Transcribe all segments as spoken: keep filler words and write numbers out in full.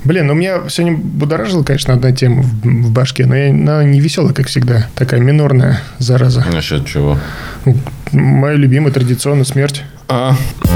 Блин, ну меня сегодня будоражила, конечно, одна тема в, в башке, но я, она не веселая, как всегда. Такая минорная зараза. Насчет чего? Ну, моя любимая традиционная смерть. А.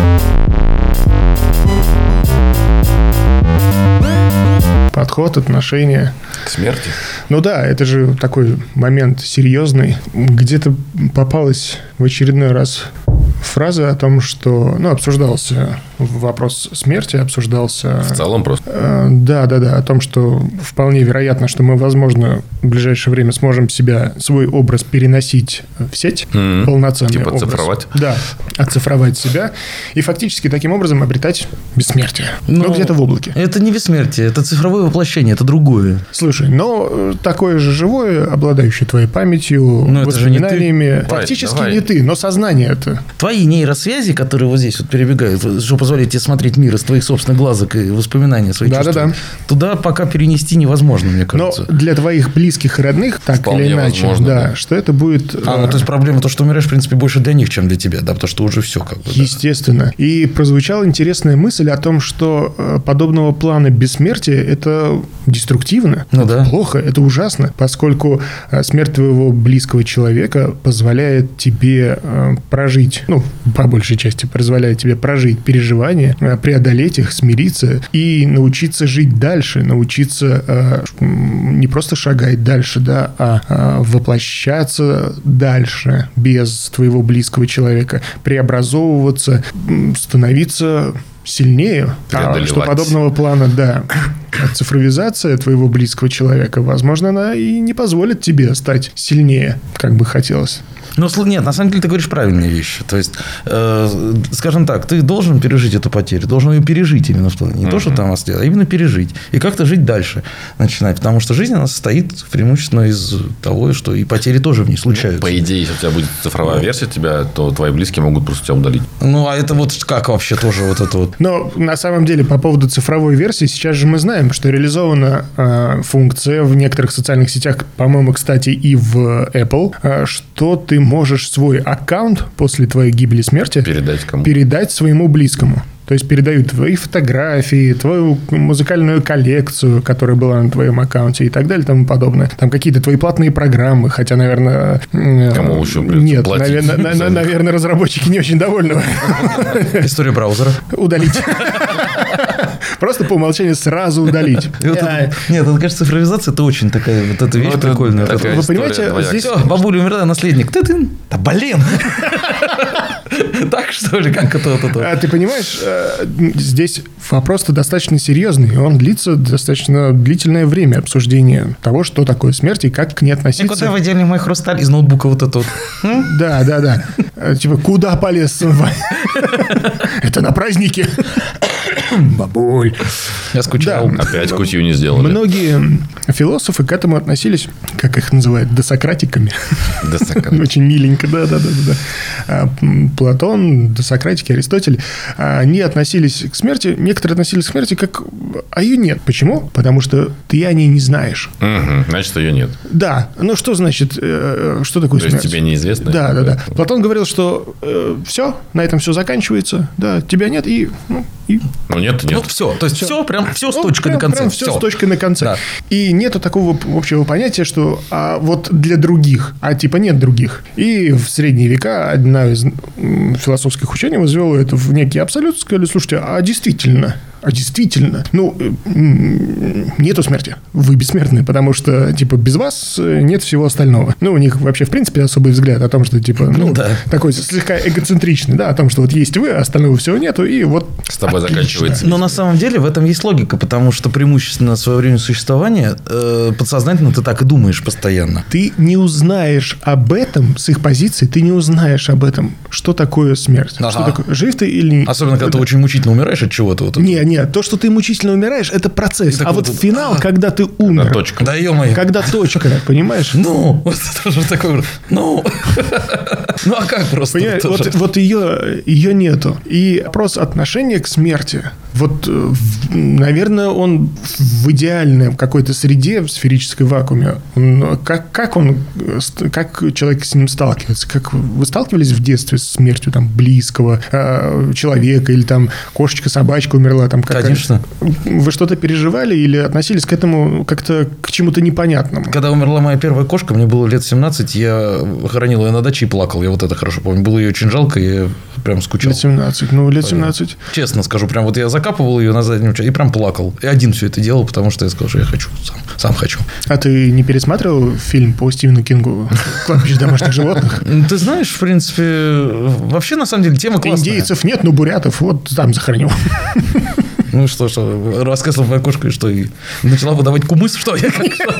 Подход, отношения. К смерти? Ну да, это же такой момент серьезный. Где-то попалась в очередной раз фраза о том, что, ну, обсуждался вопрос смерти, обсуждался... В целом просто? Э, да, да, да, о том, что вполне вероятно, что мы, возможно, в ближайшее время сможем себя, свой образ переносить в сеть, mm-hmm. полноценный типа образ. оцифровать? Да, оцифровать себя и фактически таким образом обретать бессмертие. Но, но где-то в облаке. Это не бессмертие, это цифровое воплощение, это другое. Слушай, но такое же живое, обладающее твоей памятью, но воспоминаниями, это же не ты. фактически давай. не ты, но сознание это. Твои нейросвязи, которые вот здесь вот перебегают, что позволяет тебе смотреть мир из твоих собственных глазок и воспоминаний своих да, чувств, да, да. туда пока перенести невозможно, мне кажется. Но для твоих близких и родных, так вполне или иначе, возможно, да, да. что это будет... А, ну то есть проблема то, что умираешь, в принципе, больше для них, чем для тебя, да, потому что уже все как бы. Естественно. Да. И прозвучала интересная мысль о том, что подобного плана бессмертия – это деструктивно, ну, это да. плохо, это ужасно, поскольку смерть твоего близкого человека позволяет тебе прожить, ну, по большей части, позволяет тебе прожить переживания, преодолеть их, смириться и научиться жить дальше, научиться не просто шагать дальше, да, а воплощаться дальше без твоего близкого человека, преобразовываться, становиться сильнее. А что подобного плана, да, цифровизация твоего близкого человека, возможно, она и не позволит тебе стать сильнее, как бы хотелось. Ну, нет, на самом деле ты говоришь правильные вещи. То есть, э, скажем так, ты должен пережить эту потерю, должен ее пережить именно в плане. Не mm-hmm. то, что там осталось, а именно пережить. И как-то жить дальше начинать. Потому что жизнь, она состоит преимущественно из того, что и потери тоже в ней случаются. По идее, если у тебя будет цифровая версия тебя, то твои близкие могут просто тебя удалить. Ну, а это вот как вообще тоже вот это вот? Но на самом деле по поводу цифровой версии сейчас же мы знаем, что реализована э, функция в некоторых социальных сетях, по-моему, кстати, и в Apple, э, что ты можешь свой аккаунт после твоей гибели смерти передать кому? Передать своему близкому. То есть передают твои фотографии, твою музыкальную коллекцию, которая была на твоем аккаунте и так далее и тому подобное. Там какие-то твои платные программы, хотя, наверное... Кому еще придется Нет, платить? Наверное, наверное, разработчики не очень довольны. История браузера. Удалить. Просто по умолчанию сразу удалить. Нет, это, кажется, цифровизация – это очень такая вот эта вещь прикольная. Вы понимаете, здесь... Бабуля умерла, наследник. Да блин! Так, что ли, как это? А ты понимаешь, здесь вопрос-то достаточно серьезный, и он длится достаточно длительное время обсуждения того, что такое смерть и как к ней относиться. И куда вы дели мой хрусталь из ноутбука вот этот? Да, да, да. Типа, куда полез? Это на празднике. Бабуль. Я скучал. Да. Опять кутью не сделали. Многие философы к этому относились, как их называют, досократиками. Досократики. Очень миленько, да-да-да. Платон, досократики, Аристотель, они относились к смерти, некоторые относились к смерти как... А ее нет. Почему? Потому что ты о ней не знаешь. Угу. Значит, ее нет. Да. Ну, что значит, что такое То смерть? То есть, тебе неизвестно? Да, да, да. Платон говорил, что э, все, на этом все заканчивается, да, тебя нет, и... Ну, и... ну нет, нет. Ну, все. То есть, все, все прям все с ну, точкой прям, на конце. Прям все, все с точкой на конце. Да. И нету такого общего понятия, что а, вот для других, а типа нет других. И в средние века одна из философских учений возвела это в некий абсолют, сказали, слушайте, а действительно... А действительно, ну, нету смерти. Вы бессмертны, потому что, типа, без вас нет всего остального. Ну, у них вообще, в принципе, особый взгляд о том, что, типа, ну, да. такой слегка эгоцентричный, да, о том, что вот есть вы, а остального всего нету, и вот с тобой отлично. Заканчивается. Но на самом деле в этом есть логика, потому что преимущественно в свое время существования э, подсознательно ты так и думаешь постоянно. Ты не узнаешь об этом с их позиции, ты не узнаешь об этом, что такое смерть. Ага. Что такое, жив ты или нет. Особенно, когда это... ты очень мучительно умираешь от чего-то. Вот не, не, то, что ты мучительно умираешь, это процесс. А вот, вот финал, когда ты умер. Точка. Да ё-моё. Когда точка, понимаешь? Ну, вот это же такой, ну, ну а как просто? Понимаешь, вот, вот ее, ее нету. И вопрос отношения к смерти Вот, наверное, он в идеальной какой-то среде, в сферической вакууме, он, как, как он, как человек с ним сталкивается? Как вы сталкивались в детстве с смертью там, близкого э, человека или там кошечка, собачка умерла? Там, Конечно. Вы что-то переживали или относились к этому как-то к чему-то непонятному? Когда умерла моя первая кошка, мне было лет семнадцать, я хоронил ее на даче и плакал. Я вот это хорошо помню. Было ее очень жалко, и я прям скучал. Лет семнадцать. Ну, лет семнадцать. Честно скажу, прям вот я закапывал ее на заднем часу и прям плакал. И один все это делал, потому что я сказал, что я хочу, сам, сам хочу. А ты не пересматривал фильм по Стивену Кингу «Кладбище домашних животных»? Ты знаешь, в принципе, вообще, на самом деле, тема классная. Индейцев нет, но бурятов вот там захоронил. Ну что, что, рассказывала моя кошка, что и начала выдавать кумыс, что я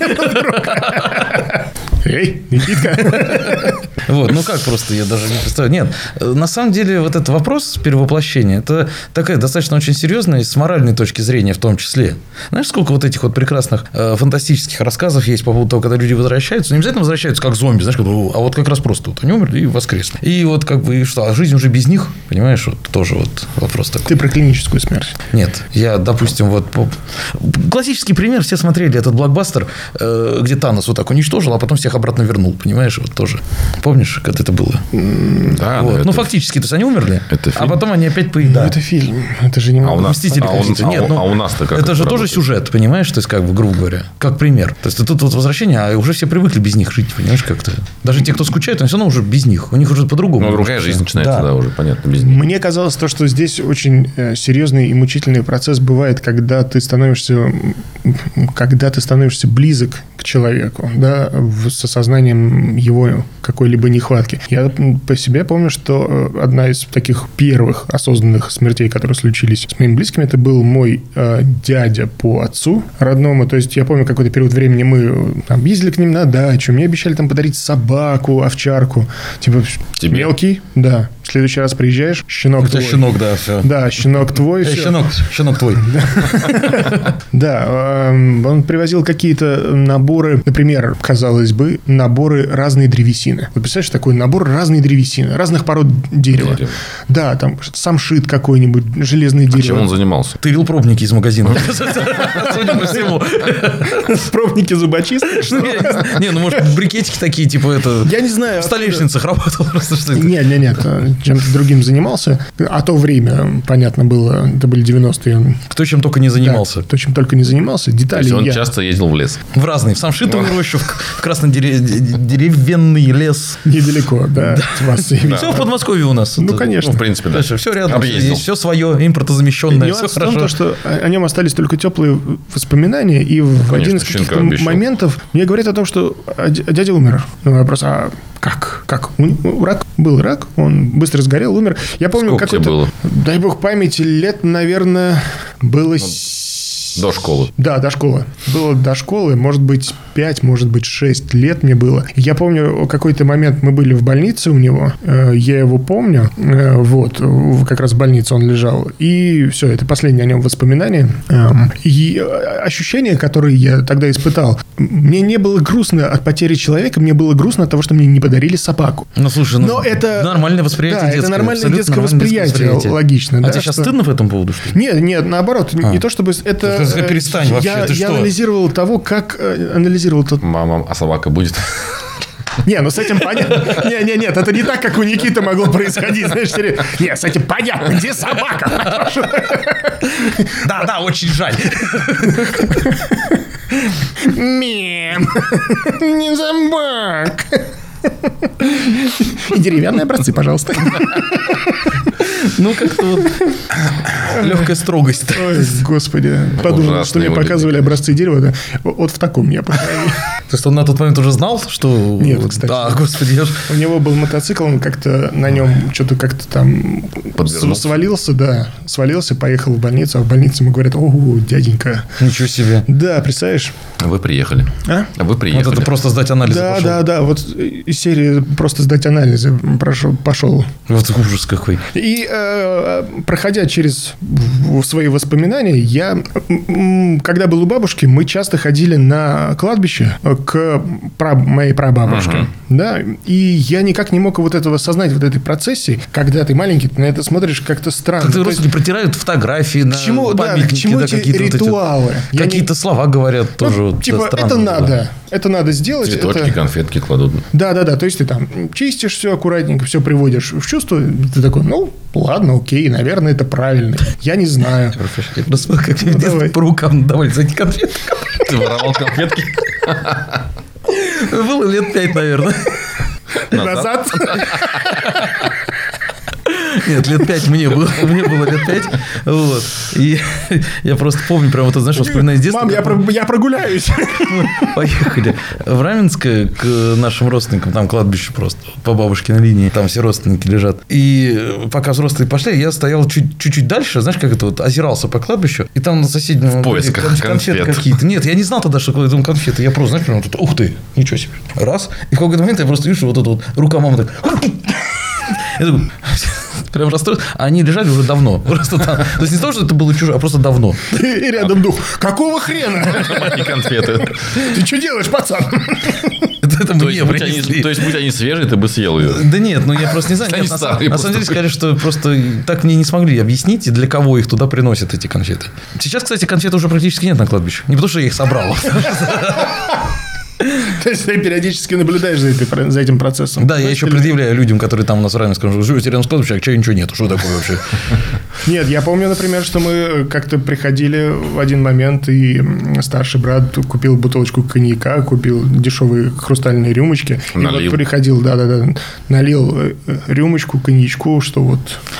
Эй, Никитка. Вот, ну как просто, я даже не представляю. Нет, на самом деле вот этот вопрос перевоплощения, это такая достаточно очень серьезная и с моральной точки зрения в том числе. Знаешь, сколько вот этих вот прекрасных э, фантастических рассказов есть по поводу того, когда люди возвращаются, не обязательно возвращаются как зомби, знаешь, как, а вот как раз просто вот они умерли и воскресли. И вот как бы, и что, а жизнь уже без них, понимаешь, вот тоже вот вопрос такой. Ты про клиническую смерть. Нет, я, допустим, вот... По... Классический пример, все смотрели этот блокбастер, э, где Танос вот так уничтожил, а потом всех обратно вернул, понимаешь, вот тоже. Помнишь, как это было? Да, вот. это... Ну, фактически, то есть, они умерли, это а потом они опять поедают. Ну, это фильм, это же не а у нас, Мстители. а, он, Нет, а, ну, а у нас-то как это, это же работает? тоже сюжет, понимаешь, то есть, как бы, грубо говоря, как пример. То есть, тут вот возвращение, а уже все привыкли без них жить, понимаешь, как-то. Даже те, кто скучает, они все равно уже без них, у них уже по-другому. Ну, другая жизнь начинается, да. да, уже, понятно, без них. Мне казалось то, что здесь очень серьезный и мучительный процесс бывает, когда ты становишься, когда ты становишься близок к человеку, да, с осознанием его какой-либо нехватки. Я по себе помню, что одна из таких первых осознанных смертей, которые случились с моими близкими, это был мой э, дядя по отцу родному. То есть я помню, какой-то период времени мы там, ездили к ним на дачу, мне обещали там подарить собаку, овчарку. Типа, Тебе? Мелкий, да. В следующий раз приезжаешь, щенок твой. щенок, да, все. Да, щенок твой. Э, щенок, щенок твой. Да, он привозил какие-то наборы, например, казалось бы, наборы разной древесины. Вот представляешь, такой набор разной древесины, разных пород дерева. Дерево. Да, там самшит какой-нибудь, железное дерево. Чем он занимался? Тырил пробники из магазина. Судя по всему. Пробники зубочистки? Не, ну, может, брикетики такие, типа, это... Я не знаю. В столешницах работал просто, что это. Нет, нет, нет, чем-то другим занимался. А то время, понятно было, это были девяностые. Кто чем только не занимался. Да, кто чем только не занимался. То Детали есть он я... часто ездил в лес. В разные. В самшитовую рощу, в краснодеревенный лес. Недалеко, да. Все в Подмосковье у нас. Ну, конечно. Ну, в принципе, да. Все рядом. Объездил. Есть все свое, импортозамещенное, все Нюанс в том, хорошо. то, что о нем остались только теплые воспоминания, и в конечно, один из щенка каких-то обещал. моментов мне говорят о том, что дядя умер. Ну, вопрос, а как? Как? У- Рак? Был рак, он быстро сгорел, умер. Я помню, Сколько тебе какой-то... было? Дай бог памяти, лет, наверное, было... До школы. Да, до школы. Было до школы, может быть, пять, может быть, шесть лет мне было. Я помню, какой-то момент мы были в больнице у него, э, я его помню, э, вот, в- как раз в больнице он лежал, и все, это последние о нем воспоминания. Эм, И э, ощущения, которые я тогда испытал, мне не было грустно от потери человека, мне было грустно от того, что мне не подарили собаку. Ну, слушай, ну, Но это- нормальное восприятие да, это детское. нормальное абсолютно детское нормальное восприятие, логично, А да, тебе сейчас что- стыдно по этому поводу, что ли? Нет, нет, наоборот, А. не то чтобы это... Ты перестань вообще, я, ты я что? анализировал того, как э, анализировал тот. Мама, а собака будет? Не, ну с этим понятно. Не, не, нет, это не так, как у Никиты могло происходить, знаешь, теперь- Не, с этим понятно, где собака? Да, да, очень жаль. Мем, не собак. И деревянные образцы, пожалуйста. Ну, как-то вот легкая строгость. Ой, господи. Подумал, Ужасные что мне люди. показывали образцы дерева. Да. Вот в таком я, по крайней мере. То есть он на тот момент уже знал, что... Нет, кстати. Да, господи, я ж- У него был мотоцикл, он как-то на нем что-то как-то там Подвернулся. с- свалился, да, свалился, поехал в больницу, а в больнице ему говорят: о, дяденька. Ничего себе. Да, представляешь? Вы приехали. А? А вы приехали. Вот это просто сдать анализы Да, пошел. да, да, вот из серии просто сдать анализы прошел, пошел. Вот ужас какой. И э, проходя через в- свои воспоминания, я, м, когда был у бабушки, мы часто ходили на кладбище к пра- моей прабабушке. Ага. Да, и я никак не мог вот этого осознать, вот этой процессии, когда ты маленький, ты на это смотришь как-то странно. Как родственники протирают фотографии на чему, памятники, да, к чему да, эти какие-то ритуалы? Вот эти, какие-то не... слова говорят ну, тоже. Вот, типа, странно, это надо, да. это надо сделать. Цветочки, это... конфетки кладут. Да-да-да, то есть ты там чистишь все аккуратненько, все приводишь в чувство, ты такой, ну, ладно, окей, наверное, это правильно. Я не знаю. Я просто как мне в детстве по рукам давали за эти конфеты. Ты воровал конфетки? Было лет пять, наверное. Назад? Нет, лет пять мне было. Мне было лет пять. Вот. И я просто помню, прям вот, знаешь, вспоминаю с детства. Мам, я, про, я прогуляюсь. Поехали в Раменское к нашим родственникам. Там кладбище просто по бабушкиной линии. Там все родственники лежат. И пока взрослые пошли, я стоял чуть- чуть-чуть дальше, знаешь, как это вот, озирался по кладбищу. И там на соседнем... В поисках конфеты конфет. какие-то. Нет, я не знал тогда, что такое там конфеты. Я просто, знаешь, прям вот, ух ты, ничего себе. Раз. И в какой-то момент я просто вижу вот эту вот рука мамы так... Я такой... Прям расстроился. А они лежали уже давно. Просто там. То есть не то, что это было чужое, а просто давно. И рядом дух. Какого хрена? Мои конфеты. Ты что делаешь, пацан? Это, это То мне есть, будь они, принесли. то есть, будь они свежие, ты бы съел ее. Да нет, ну я просто не знаю. Они Нет, на, старые на самом деле просто. сказали, что просто так мне не смогли объяснить, для кого их туда приносят, эти конфеты. Сейчас, кстати, конфет уже практически нет на кладбище. Не потому, что я их собрал. То есть ты периодически наблюдаешь за, этой, за этим процессом. Да, я еще предъявляю людям, которые там у нас в Раменском скажу, живете рядом с кладбищем, а чего ничего нету, что такое вообще? Нет, я помню, например, что мы как-то приходили в один момент, и старший брат купил бутылочку коньяка, купил дешевые хрустальные рюмочки. Налил. И вот приходил, да-да-да, налил рюмочку, коньячку, что вот...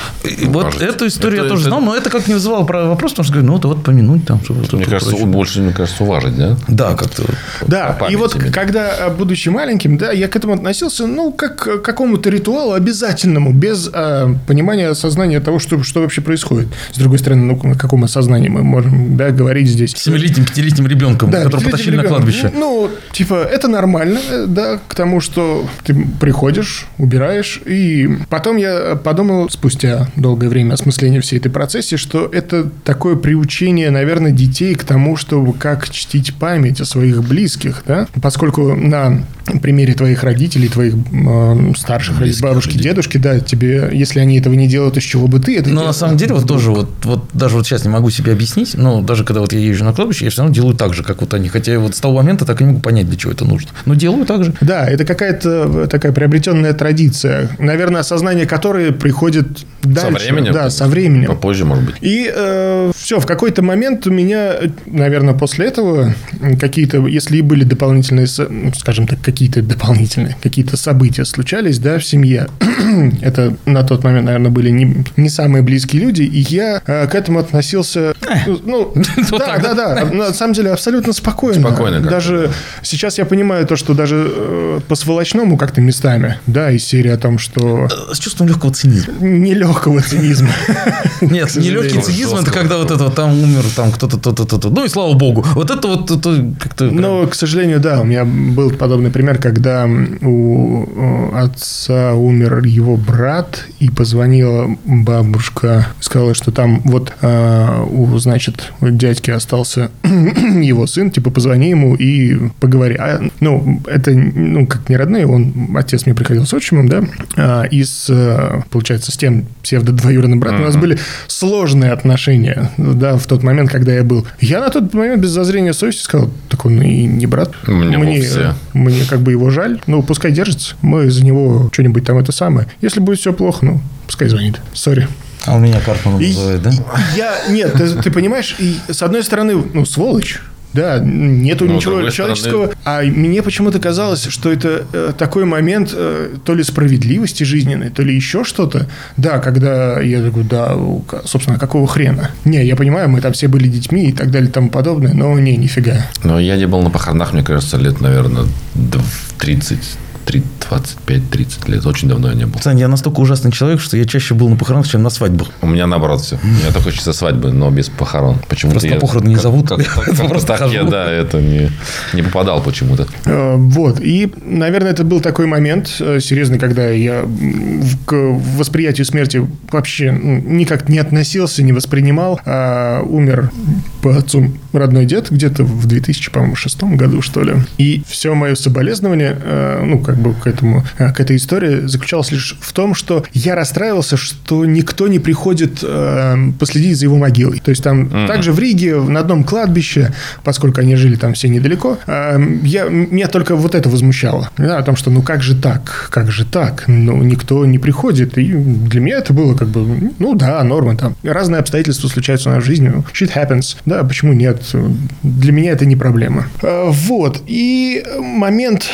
И вот Кажется. эту историю Это- я тоже это- знал, но это как не вызывало вопрос, потому что говорю, ну, это вот помянуть там. Что-то Мне кажется, прочее. больше, мне кажется, уважить, да? Да, как-то. Да, По и вот памяти. когда, будучи маленьким, да, я к этому относился, ну, как к какому-то ритуалу обязательному, без а, понимания, осознания того, что, что вообще происходит. С другой стороны, ну, на каком осознании мы можем, да, говорить здесь. Семилетним, пятилетним ребенком, Да, которого пятилетним потащили на ребенком. кладбище. Ну, типа, это нормально, да, к тому, что ты приходишь, убираешь. И потом я подумал, спустя долгое время осмысления всей этой процессе, что это такое приучение, наверное, детей к тому, чтобы как чтить память о своих близких, да, поскольку на примере твоих родителей, твоих э, старших родителей, бабушки, людей. дедушки, да, тебе, если они этого не делают, то с чего бы ты это Но делал? на самом деле, вот тоже, вот, вот даже вот сейчас не могу себе объяснить, но даже когда вот я езжу на кладбище, я все равно делаю так же, как вот они. Хотя вот с того момента так и не могу понять, для чего это нужно. Но делаю так же. Да, это какая-то такая приобретенная традиция, наверное, осознание которой приходит дальше. временем? Да, со временем. Попозже, может быть. И э, все, в какой-то момент у меня, наверное, после этого какие-то, если и были дополнительные, со- скажем так, какие-то дополнительные, какие-то события случались, да, в семье. Это на тот момент, наверное, были не, не самые близкие люди, и я э, к этому относился, ну, Вот да, так да, да, на самом деле абсолютно спокойно. Спокойно как-то, Даже сейчас я понимаю то, что даже э, по сволочному как-то местами, да, из серии о том, что С чувством легкого цинизма. нелегкого цинизма. Нет, К не легкий сожалению. цинизм, это Жестко. когда вот это вот там умер там кто-то, то-то, то-то. Ну и слава богу. Вот это вот это как-то. прям- Но, к сожалению, да, у меня был подобный пример, когда у э, отца умер его брат, и позвонила бабушка, сказала, что там вот э, у, значит, у дядьки остался его сын, типа, позвони ему и поговори. А, ну, это, ну, как не родные, он, отец мне приходил с отчимом, да, а, и с, э, получается, с тем псевдо-двоюродным братом у нас были сложные отношения, да, в тот момент, когда я был. Я на тот момент без зазрения совести сказал, так он и не брат. Мне мне, вовсе. мне как бы его жаль, ну, пускай держится, мы за него что-нибудь там это самое. Если будет все плохо, ну, пускай звонит. Сори. А он меня Карпманом называет, да? Я, нет, ты, ты понимаешь, и с одной стороны, ну, сволочь. Да, нету Но, с ничего другой человеческого. стороны- А мне почему-то казалось, что это э, такой момент э, то ли справедливости жизненной, то ли еще что-то. Да, когда я такой, да, у- собственно, какого хрена? Не, я понимаю, мы там все были детьми и так далее и тому подобное, но не, нифига. Но я не был на похоронах, мне кажется, лет, наверное, тридцать, двадцать пять тридцать лет. Очень давно я не был. Сань, я настолько ужасный человек, что я чаще был на похоронах, чем на свадьбах. У меня наоборот все. У меня только чисто свадьбы, но без похорон. Почему-то Просто я- на похороны не как- зовут. как- Я как- как-то просто так я, хожу. да, это не, не попадал почему-то. Э, Вот. И, наверное, это был такой момент э, серьезный, когда я м, в- к восприятию смерти вообще ну, никак не относился, не воспринимал. А умер по отцу родной дед где-то в две тысячи шестом году, что ли. И все мое соболезнование, э, ну, как как бы к этому, к этой истории заключалась лишь в том, что я расстраивался, что никто не приходит э, последить за его могилой. То есть там mm-hmm. также в Риге на одном кладбище, поскольку они жили там все недалеко, э, я, меня только вот это возмущало. Да, о том, что ну как же так, как же так, ну никто не приходит. И для меня это было как бы, ну да, норма там. Разные обстоятельства случаются у нас в жизни. Shit happens. Да, почему нет? Для меня это не проблема. Э, вот. И момент...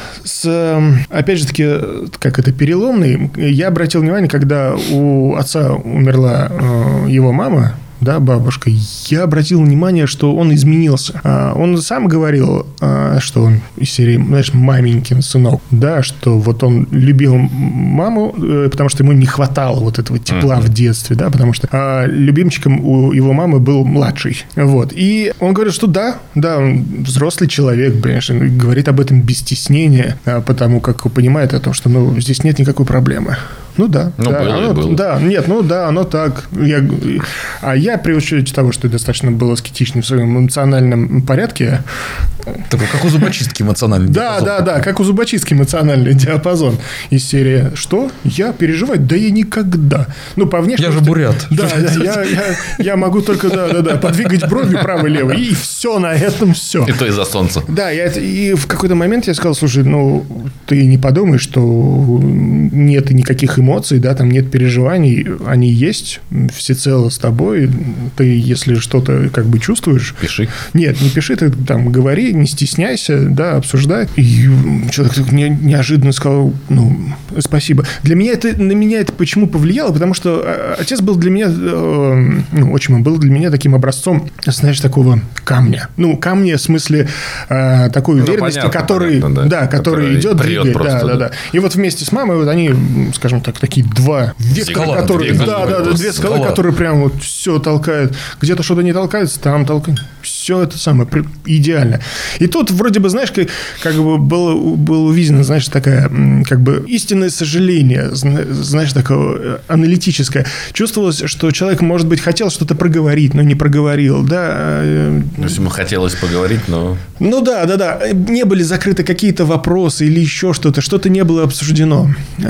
С, опять же таки, как это, переломный, я обратил внимание, когда у отца умерла э, его мама, да, бабушка, я обратил внимание, что он изменился. Он сам говорил, что он из серии, знаешь, маменькин сынок, да, что вот он любил маму, потому что ему не хватало вот этого тепла mm-hmm. в детстве, да, потому что любимчиком у его мамы был младший. Вот. И он говорит, что да, да, он взрослый человек, понимаешь, он говорит об этом без стеснения, потому как понимает о том, что, ну, здесь нет никакой проблемы. Ну да, ну, да, было, оно, было. да, нет, ну да, оно так. Я, а я при учете того, что достаточно был аскетичный в своем эмоциональном порядке. Такой, как у зубочистки эмоциональный да, диапазон. Да, да, да, как у зубочистки эмоциональный диапазон. Из серии «Что? Я переживать? Да я никогда». Ну, по внешности... Я же бурят. Да, я, я, я могу только, да, да, да, подвигать брови правой-левой, и все, на этом все. И то из-за солнца. Да, я, и в какой-то момент я сказал, слушай, ну, ты не подумай, что нет никаких эмоций, да, там нет переживаний, они есть всецело с тобой. Ты, если что-то как бы чувствуешь... Пиши. Нет, не пиши, ты там говори, не стесняйся, да, обсуждай. И человек так не, неожиданно сказал, ну, спасибо. Для меня это, на меня это почему повлияло? Потому что отец был для меня, э, ну, отчим был для меня таким образцом, знаешь, такого камня. Ну, камня в смысле э, такой ну, уверенности, понятно, который, понятно, да. Да, который, который идет, двигает. Просто, да, да, да. И вот вместе с мамой вот они, скажем так, такие два вектора, которые, две да, да, да, две скалы, скала. которые прям вот все толкают. Где-то что-то не толкается, там толкает. Все это самое идеально. И тут вроде бы, знаешь, как, как бы было, было увидено, знаешь, такая как бы истинное сожаление, знаешь, такое аналитическое. Чувствовалось, что человек, может быть, хотел что-то проговорить, но не проговорил, да. То есть ему хотелось поговорить, но... Ну да, да, да. Не были закрыты какие-то вопросы или еще что-то, что-то не было обсуждено.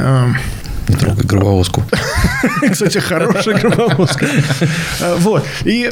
Не трогай гробовозку. Кстати, хорошая гробовозка. Вот. И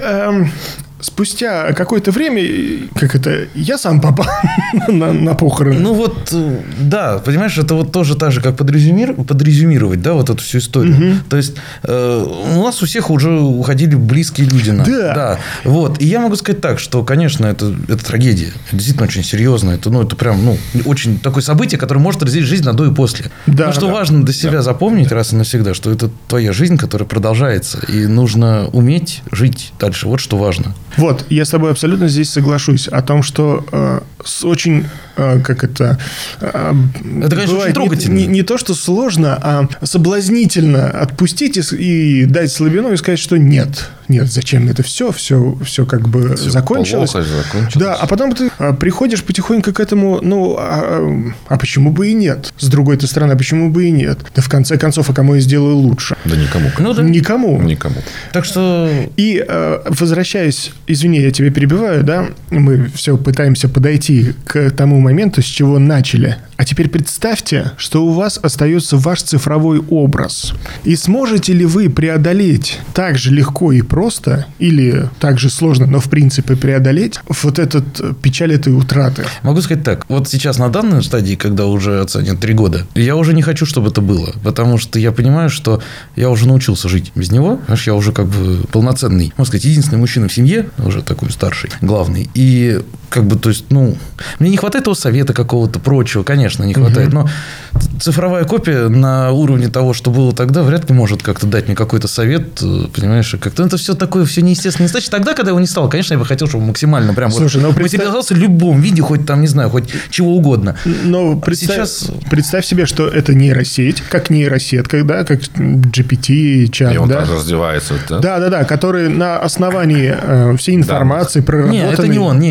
спустя какое-то время, как это, я сам попал на, на похороны. Ну вот, да, понимаешь, это вот тоже так же, как подрезюмировать, подрезюмировать, да, вот эту всю историю. Угу. То есть, э, у нас у всех уже уходили близкие люди. На, да. да. Вот. И я могу сказать так, что, конечно, это, это трагедия. Это действительно очень серьезно. Это, ну, это прям, ну, очень такое событие, которое может разделить жизнь на до и после. Да, Но что да. важно для себя да. запомнить да. раз и навсегда, что это твоя жизнь, которая продолжается. И нужно уметь жить дальше. Вот что важно. Вот, я с тобой абсолютно здесь соглашусь о том, что э, с очень, э, как это... Э, это, конечно, очень трогательно. Не, не, не то, что сложно, а соблазнительно отпустить и, и дать слабину и сказать, что нет. Нет, зачем это все? Все, все как бы все закончилось. Плохо закончилось. Да, а потом ты приходишь потихоньку к этому, ну, а, а почему бы и нет? С другой стороны, а почему бы и нет? Да в конце концов, а кому я сделаю лучше? Да никому. Ну, да. Никому. Никому. Так что... И э, возвращаясь, извини, я тебя перебиваю, да, мы все пытаемся подойти к тому моменту, с чего начали. А теперь представьте, что у вас остается ваш цифровой образ. И сможете ли вы преодолеть так же легко и просто, или так же сложно, но в принципе преодолеть вот этот печаль этой утраты? Могу сказать так. Вот сейчас на данной стадии, когда уже оценят три года, я уже не хочу, чтобы это было. Потому что я понимаю, что я уже научился жить без него. Понимаешь, я уже как бы полноценный, можно сказать, единственный мужчина в семье, уже такой старший, главный. И как бы, то есть, ну, мне не хватает его совета какого-то прочего, конечно, не хватает. Угу. Но цифровая копия на уровне того, что было тогда, вряд ли может как-то дать мне какой-то совет, понимаешь, как-то это все такое, все неестественно. Значит, тогда, когда его не стало, конечно, я бы хотел, чтобы максимально прям Слушай, вот материализовался в любом виде, хоть там, не знаю, хоть чего угодно. Но представь, сейчас... представь себе, что это нейросеть, как нейросетка, да, как джи пи ти, чат, и он да? тоже развивается, да? Да, да, да, который на основании э, всей информации, да. проработанной... Не, это не он, не, не хочу.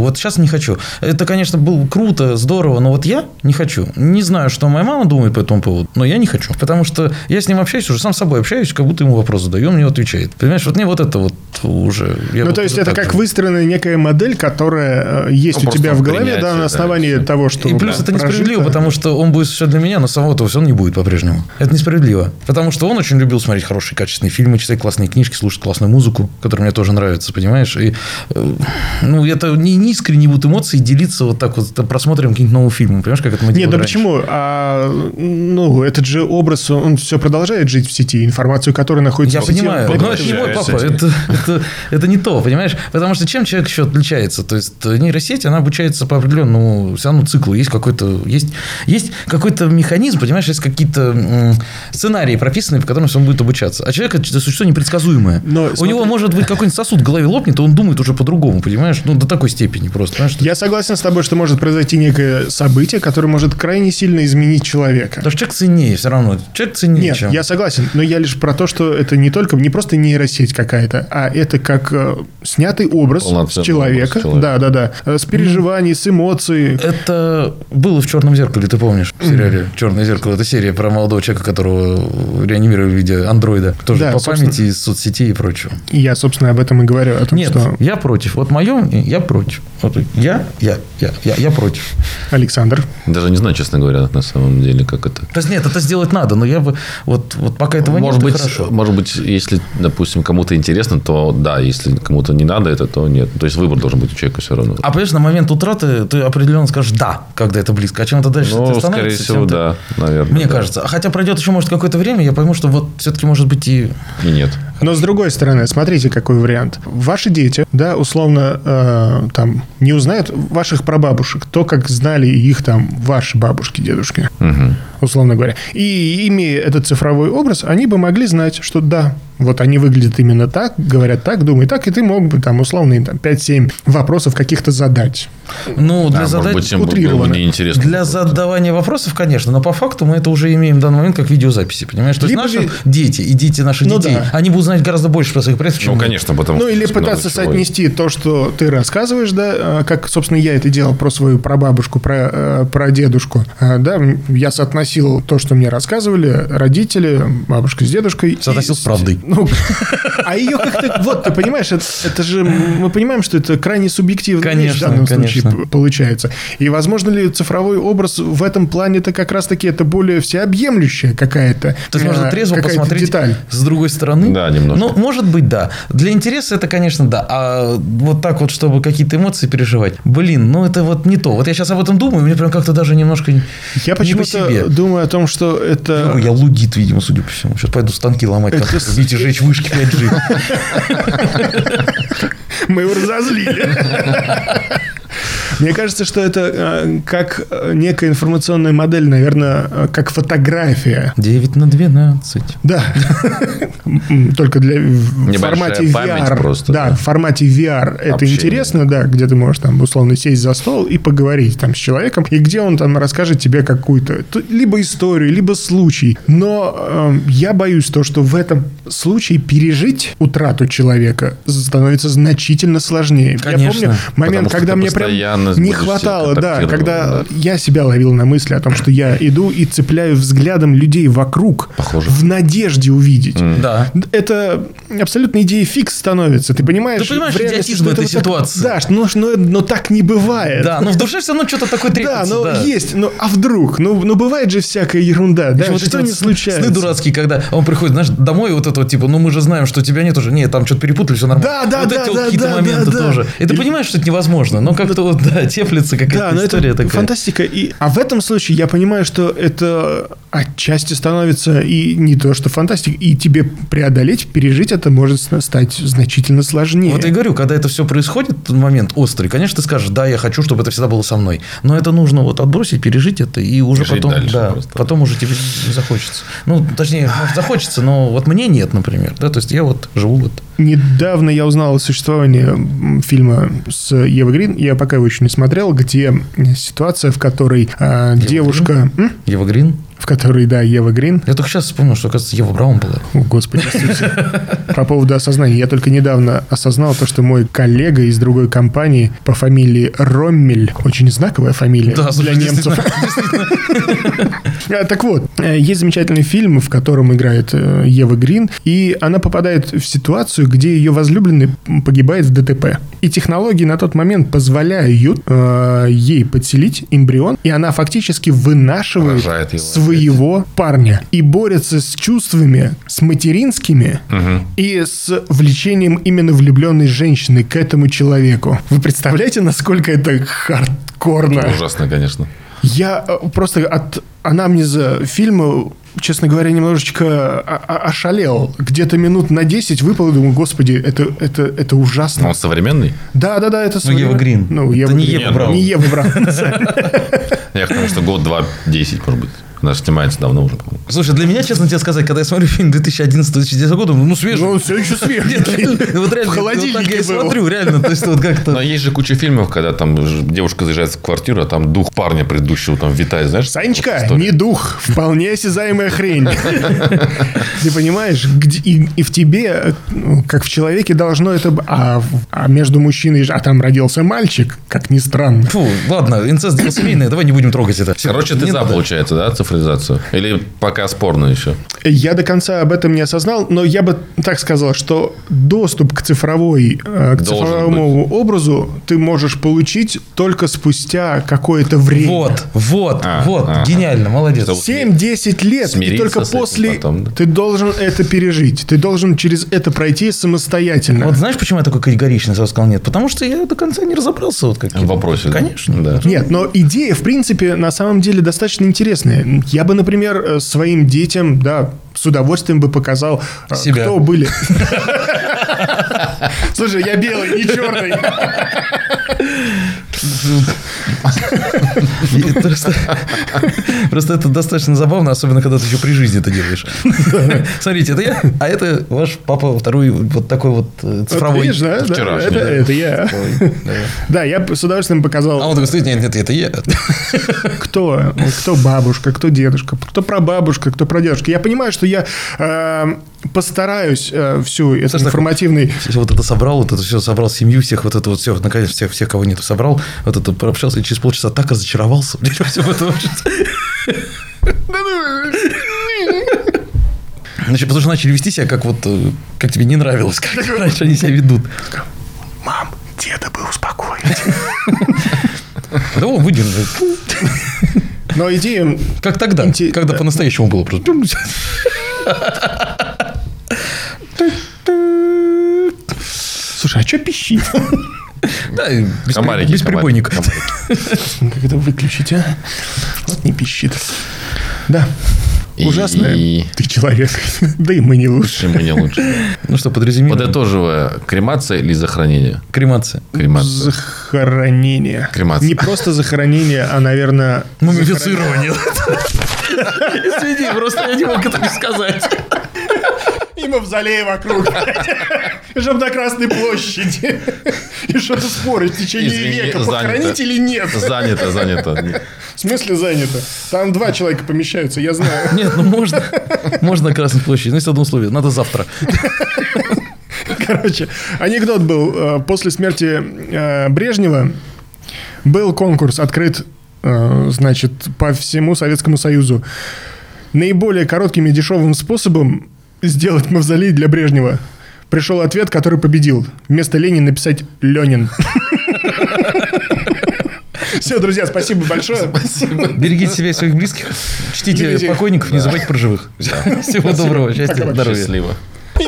Вот сейчас не хочу. Это, конечно, было круто, здорово, но вот я не хочу. Не знаю, что моя мама думает по этому поводу, но я не хочу. Потому что я с ним общаюсь, уже сам с собой общаюсь, как будто ему вопрос задаю, он мне отвечает. Понимаешь, вот мне вот это вот уже... Ну, вот то есть, это как же. выстроена некая модель, которая есть ну, у тебя в голове, принятие, да, на основании да, того, что... И плюс да, это несправедливо, прожито. потому что он будет все для меня, но самого-то все он не будет по-прежнему. Это несправедливо. Потому что он очень любил смотреть хорошие, качественные фильмы, читать классные книжки, слушать классную музыку, которая мне тоже нравится, понимаешь? И, ну, это не, не искренне будут эмоции делиться вот так вот просмотром каких-нибудь новых фильмов. Понимаешь, как это мы Нет, делали ну раньше? почему? А, ну, этот же образ, он все продолжает жить в сети, информацию, которая находится Я в сети. понимаю, он но это не мой продолжает папа, это, это, это не то, понимаешь? Потому что чем человек еще отличается? То есть, нейросеть, она обучается по определенному все равно циклу. Есть какой-то, есть, есть какой-то механизм, понимаешь, есть какие-то м, сценарии прописанные, по которым он будет обучаться. А человек – это существо непредсказуемое. Но, У смотри... него может быть какой-нибудь сосуд в голове лопнет, и он думает уже по-другому, понимаешь? Ну, до такой степени просто. Понимаешь? Я согласен с тобой, что может произойти некое событие, которое может крайне сильно изменить человека. Потому что человек ценнее все равно. Человек ценнее, Нет, чем... я согласен, но я лишь про то, что это не только, не просто нейросеть какая-то, а это как э, снятый образ Полноценный человека, образ человека. да, да, да, э, с переживаний, с эмоций. Это было в «Черном зеркале», ты помнишь, в сериале «Черное зеркало». Это серия про молодого человека, которого реанимировали в виде андроида. Тоже Да, по собственно. памяти из соцсетей и прочего. И я, собственно, об этом и говорю, о том, Нет, что я против. Вот мое, я против. Вот я, я, я, я, я против. Александр. Даже не знаю, честно говоря, на самом деле, как это. То есть, нет, это сделать надо, но я бы... Вот, вот пока этого Может нет, быть, это хорошо. может быть, если, допустим, кому-то интересно, то да, если кому-то не надо это, то нет. То есть выбор должен быть у человека все равно. А понимаешь, на момент утраты ты определенно скажешь «да», когда это близко. А чем это дальше ты Ну, становишься, скорее тем всего, ты- да, наверное. Мне да. кажется. Хотя пройдет еще, может, какое-то время, я пойму, что вот все-таки, может быть, и... И нет. Но с другой стороны, смотрите, какой вариант. Ваши дети, да, условно, э, там, не узнают ваших прабабушек, то, как знали их там ваши бабушки, дедушки, Угу. условно говоря. И имея этот цифровой образ, они бы могли знать, что да, вот они выглядят именно так, говорят так, думают так, и ты мог бы там условно им там пять-семь вопросов каких-то задать. Ну, для А, задач... может быть, им было утрированно. неинтересно. Для задавания вопросов, конечно, но по факту мы это уже имеем в данный момент как видеозаписи, понимаешь? То есть Либо наши ви- дети и дети наших Ну детей, да. они будут знать гораздо больше про своих предков, чем Ну, мы. конечно, потому Ну, что или здесь много пытаться чего. соотнести то, что ты рассказываешь, да, а, как, собственно, я это делал про свою прабабушку, про, э, про дедушку, А, да, я соотносил то, что мне рассказывали родители, бабушка с дедушкой. Соотносил и- с правдой. Ну, а ее как-то, вот, ты понимаешь, это, это же, мы понимаем, что это крайне субъективная вещь в Конечно, данном конечно. случае п- получается. И возможно ли цифровой образ в этом плане-то как раз-таки это более всеобъемлющая какая-то, То есть можно э, трезво какая-то посмотреть деталь. с другой стороны. Да, немножко. Ну, может быть, да. Для интереса это, конечно, да. А вот так вот, чтобы какие-то эмоции переживать, блин, ну это вот не то. Вот я сейчас об этом думаю, мне прям как-то даже немножко не Я по почему-то себе. думаю о том, что это... Я лудит, видимо, судя по всему. Сейчас пойду станки ломать, там, Это с- видите, жечь вышки пять джи. Мы его разозлили. Мне кажется, что это э, как э, некая информационная модель, наверное, э, как фотография. девять на двенадцать. Да. М, Только для в Небольшая формате ви память ар. просто, Да, да. в формате ви ар это Общение. интересно, да, где ты можешь там условно сесть за стол и поговорить там с человеком, и где он там расскажет тебе какую-то т- либо историю, либо случай. Но э, я боюсь то, что в этом случае пережить утрату человека становится значительно сложнее. Я Конечно. помню момент, Потому что когда ты мне прям постоянно не будешь хватало, да, контактировать, когда да. я себя ловил на мысли о том, что я иду и цепляю взглядом людей вокруг Похоже. в надежде увидеть. Да. Это абсолютно идея фикс становится. Ты понимаешь, Ты понимаешь в реальности, идиотизм что это этой вот так- ситуации. да, что- но, но, но так не бывает. Да, но в душе все равно что-то такое Да, трепется. но да. есть. Ну, а вдруг? Ну, ну, бывает же всякая ерунда. Да, Еще вот эти что вот не сны- случается. Сны дурацкие, когда он приходит, знаешь, домой, вот это вот, типа, ну мы же знаем, что тебя нет уже. Нет, там что-то перепутали, все нормально. Да, да, вот да, эти вот да, какие-то да, моменты да, да. тоже. И ты Или- понимаешь, что это невозможно, но как-то вот, да, теплится какая-то Да, но история это такая. фантастика. И... А в этом случае я понимаю, что это отчасти становится и не то, что фантастика, и тебе преодолеть, пережить это может стать значительно сложнее. Вот я и говорю, когда это все происходит, тот момент острый, конечно, ты скажешь, да, я хочу, чтобы это всегда было со мной. Но это нужно вот отбросить, пережить это, и уже Жить потом, дальше да, просто. потом уже тебе не захочется. Ну, точнее, может, захочется, но вот мне нет, например. Да, то есть я вот живу вот. Недавно я узнал о существовании м, фильма с Евой Грин, я пока его еще не смотрел, где ситуация, в которой а, девушка... М? Ева Грин. в которой, да, Ева Грин. Я только сейчас вспомнил, что, оказывается, Ева Браун была. О, Господи, Иисусе. По поводу осознания. Я только недавно осознал то, что мой коллега из другой компании по фамилии Роммель, очень знаковая фамилия Да, для слушай, немцев. Так вот, есть замечательный фильм, в котором играет Ева Грин, и она попадает в ситуацию, где ее возлюбленный погибает в ДТП. И технологии на тот момент позволяют э, ей подселить эмбрион, и она фактически вынашивает его, своего парня и борется с чувствами, с материнскими угу. и с влечением именно влюбленной женщины к этому человеку. Вы представляете, насколько это хардкорно? Ужасно, конечно. Я просто от анамнеза фильма, честно говоря, немножечко ошалел. Где-то минут на десять выпал и думаю, господи, это, это, это ужасно. Но он современный? Да, да, да, это Ну, Ева Грин. Ну, Ева это не Грин. Ева Браун. Не Ева Браун. Я к тому, что год, два, десять, может быть. Она же снимается давно уже, по-моему. Слушай, для меня, честно тебе сказать, когда я смотрю фильм две тысячи одиннадцатого - две тысячи десятого года, ну, свежий. Ну, он все еще свежий. Вот реально, В холодильнике вот так я и был. смотрю, реально. То есть, вот как-то... Но есть же куча фильмов, когда там девушка заезжает в квартиру, а там дух парня предыдущего там витает, знаешь? Санечка, Вот не дух, вполне осязаемая хрень. Ты понимаешь, где, и, и в тебе, ну, как в человеке, должно это... А, а между мужчиной... А там родился мальчик, как ни странно. Фу, ладно, инцест дело семейное, давай не будем трогать это. Короче, ты Не за, надо. получается, да, цифровизацию? Или пока спорно еще? Я до конца об этом не осознал, но я бы так сказал, что доступ к цифровой, э, к Должен цифровому образу ты можешь получить только спустя какое-то время. Вот, вот, А, вот, ага. гениально, молодец. Чтобы семь-десять лет, и смириться только с этим после потом, да? ты должен это пережить. Ты должен через это пройти самостоятельно. Вот знаешь, почему я такой категоричный сразу сказал нет? Потому что я до конца не разобрался вот как В вопросе. да? Конечно. Да. Нет, но идея, в принципе, на самом деле достаточно интересная. Я бы, например, э, своим детям, да, с удовольствием бы показал, э, Себя. кто были. Слушай, я белый, не черный. И Просто просто это достаточно забавно, особенно когда ты еще при жизни это делаешь. Смотрите, это я, а это ваш папа второй вот такой вот э, Вот цифровой. видишь, да? Да, Вчерашний, это, да. это я. Да, я с удовольствием показал, А он такой стоит, нет, нет, это я. кто, кто бабушка, кто дедушка, кто прабабушка, кто прадедушка. Я понимаю, что я э, постараюсь э, всю этот Слушай, информативный... Вот это собрал, вот это все собрал семью, всех вот это вот все, наконец, всех, всех, кого нету, собрал, вот это пообщался, и через полчаса так разочаровался. Мне все в этом Значит, потому что начали вести себя, как вот, э, как тебе не нравилось, как раньше они себя ведут. Мам, деда бы успокоить. Да он выдержит. Но идея... Как тогда, Инте- когда по-настоящему было просто. Слушай, а что пищит? Да, без, Комарики, без прибойника. комарики. Как это выключить, а? Вот не пищит. Да. Ужасно. И- Ты человек. Да и мы не лучше. Чем мы не лучше. Ну что, подрезюмируем. Подытоживая, кремация или захоронение? Кремация. Кремация. Захоронение. Кремация. Не просто захоронение, а, наверное... Мумифицирование. Извини, просто я не мог это не сказать. И мавзолей вокруг. Чтобы на Красной площади. И что-то спорить в течение Извини, века, занято. похоронить или нет. Занято, занято. В смысле занято? Там два человека помещаются, я знаю. Нет, ну можно. Можно на Красной площади. Но есть одно условие. Надо завтра. Короче, анекдот был. После смерти э, Брежнева был конкурс открыт, э, значит, по всему Советскому Союзу. Наиболее коротким и дешевым способом сделать мавзолей для Брежнева. Пришел ответ, который победил. Вместо Ленина написать Ленин. Все, друзья, спасибо большое. Берегите себя и своих близких. Чтите Любите. покойников, не забывайте про живых. Всего доброго, счастья, Пока-пока. здоровья. Счастливо.